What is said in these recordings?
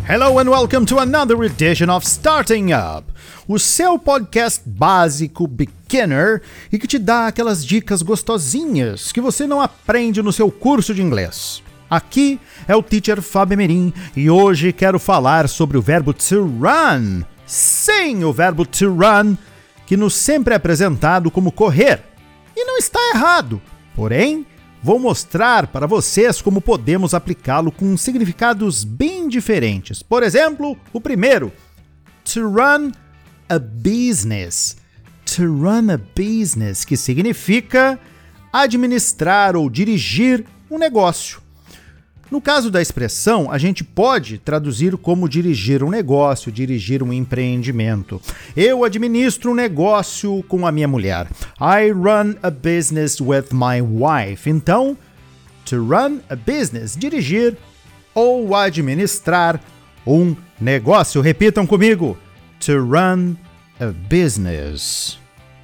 Hello and welcome to another edition of Starting Up, o seu podcast básico, beginner, e que te dá aquelas dicas gostosinhas que você não aprende no seu curso de inglês. Aqui é o Teacher Fábio Merim e hoje quero falar sobre o verbo to run. Sim, o verbo to run, que nos sempre é apresentado como correr. E não está errado, porém, vou mostrar para vocês como podemos aplicá-lo com significados bem diferentes. Por exemplo, o primeiro, to run a business. To run a business, que significa administrar ou dirigir um negócio. No caso da expressão, a gente pode traduzir como dirigir um negócio, dirigir um empreendimento. Eu administro um negócio com a minha mulher. I run a business with my wife. Então, to run a business, dirigir ou administrar um negócio. Repitam comigo. To run a business.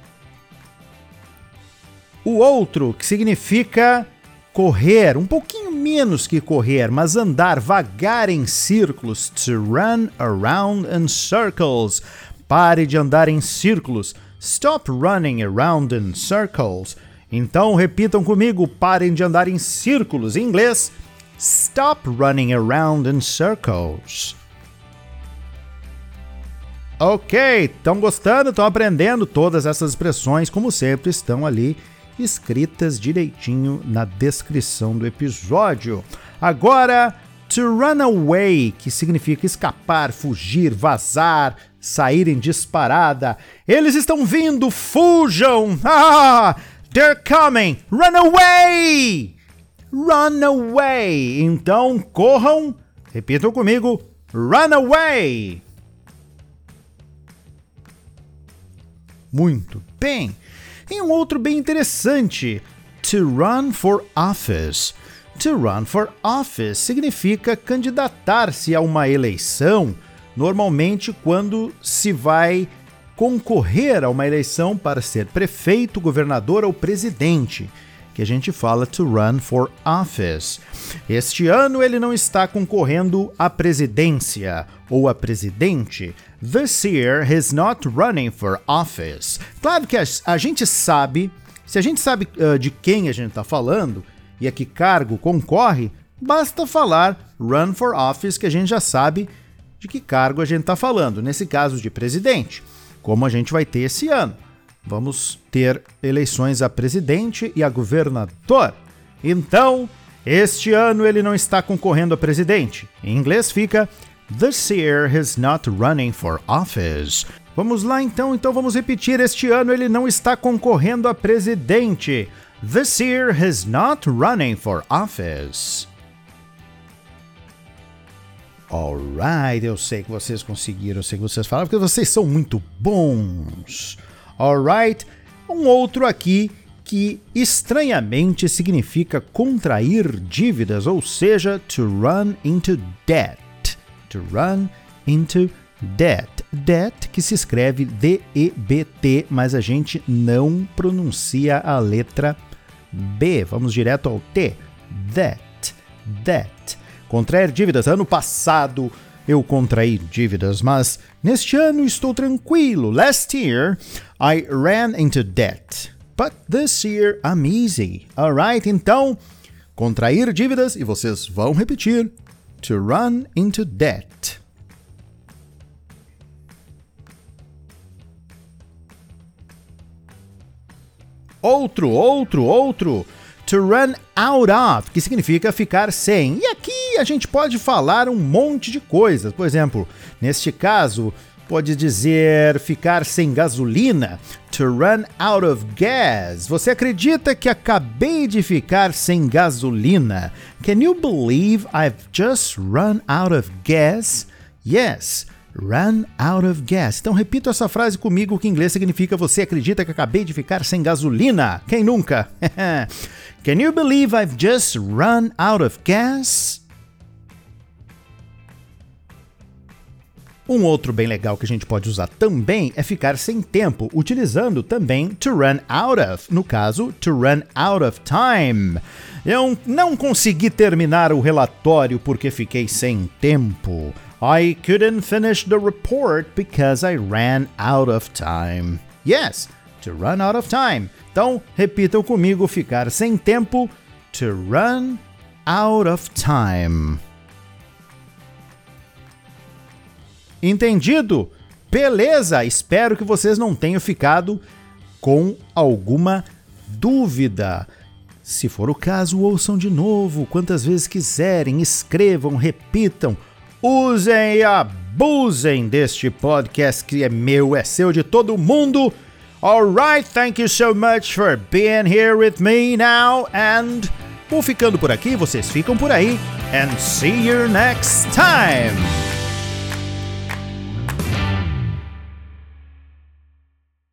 O outro, que significa correr, um pouquinho menos que correr, mas andar vagar em círculos. To run around in circles. Pare de andar em círculos. Stop running around in circles. Então, repitam comigo, parem de andar em círculos. Em inglês, stop running around in circles. Ok, estão gostando? Estão aprendendo? Todas essas expressões, como sempre, estão ali escritas direitinho na descrição do episódio. Agora, to run away, que significa escapar, fugir, vazar, sair em disparada. Eles estão vindo, fujam! Ah, they're coming! Run away! Run away! Então, corram, repitam comigo, run away! Muito bem! E um outro bem interessante, to run for office. To run for office significa candidatar-se a uma eleição, normalmente quando se vai concorrer a uma eleição para ser prefeito, governador ou presidente, que a gente fala to run for office. Este ano ele não está concorrendo à presidência ou a presidente. This year he's not running for office. Claro que a gente sabe, se a gente sabe de quem a gente está falando e a que cargo concorre, basta falar run for office que a gente já sabe de que cargo a gente está falando. Nesse caso de presidente, como a gente vai ter esse ano. Vamos ter eleições a presidente e a governador. Então, este ano ele não está concorrendo a presidente. Em inglês fica this year he's not running for office. Vamos lá então vamos repetir. Este ano ele não está concorrendo a presidente. This year he's not running for office. Alright, eu sei que vocês conseguiram, eu sei que vocês falaram, porque vocês são muito bons. Alright, um outro aqui que estranhamente significa contrair dívidas, ou seja, to run into debt. To run into debt. Debt que se escreve D-E-B-T, mas a gente não pronuncia a letra B. Vamos direto ao T. Debt. Contrair dívidas. Ano passado eu contraí dívidas, mas neste ano estou tranquilo. Last year, I ran into debt. But this year, I'm easy. Alright, então, contrair dívidas, e vocês vão repetir. To run into debt. Outro. To run out of, que significa ficar sem. E aqui a gente pode falar um monte de coisas. Por exemplo, neste caso, pode dizer ficar sem gasolina. To run out of gas. Você acredita que acabei de ficar sem gasolina? Can you believe I've just run out of gas? Yes, run out of gas. Então repita essa frase comigo, que em inglês significa você acredita que acabei de ficar sem gasolina? Quem nunca? Can you believe I've just run out of gas? Um outro bem legal que a gente pode usar também é ficar sem tempo, utilizando também to run out of, no caso, to run out of time. Eu não consegui terminar o relatório porque fiquei sem tempo. I couldn't finish the report because I ran out of time. Yes, to run out of time. Então, repitam comigo, ficar sem tempo. To run out of time. Entendido? Beleza! Espero que vocês não tenham ficado com alguma dúvida. Se for o caso, ouçam de novo, quantas vezes quiserem, escrevam, repitam, usem e abusem deste podcast que é meu, é seu, de todo mundo. Alright, thank you so much for being here with me now, and vou ficando por aqui, vocês ficam por aí, and see you next time!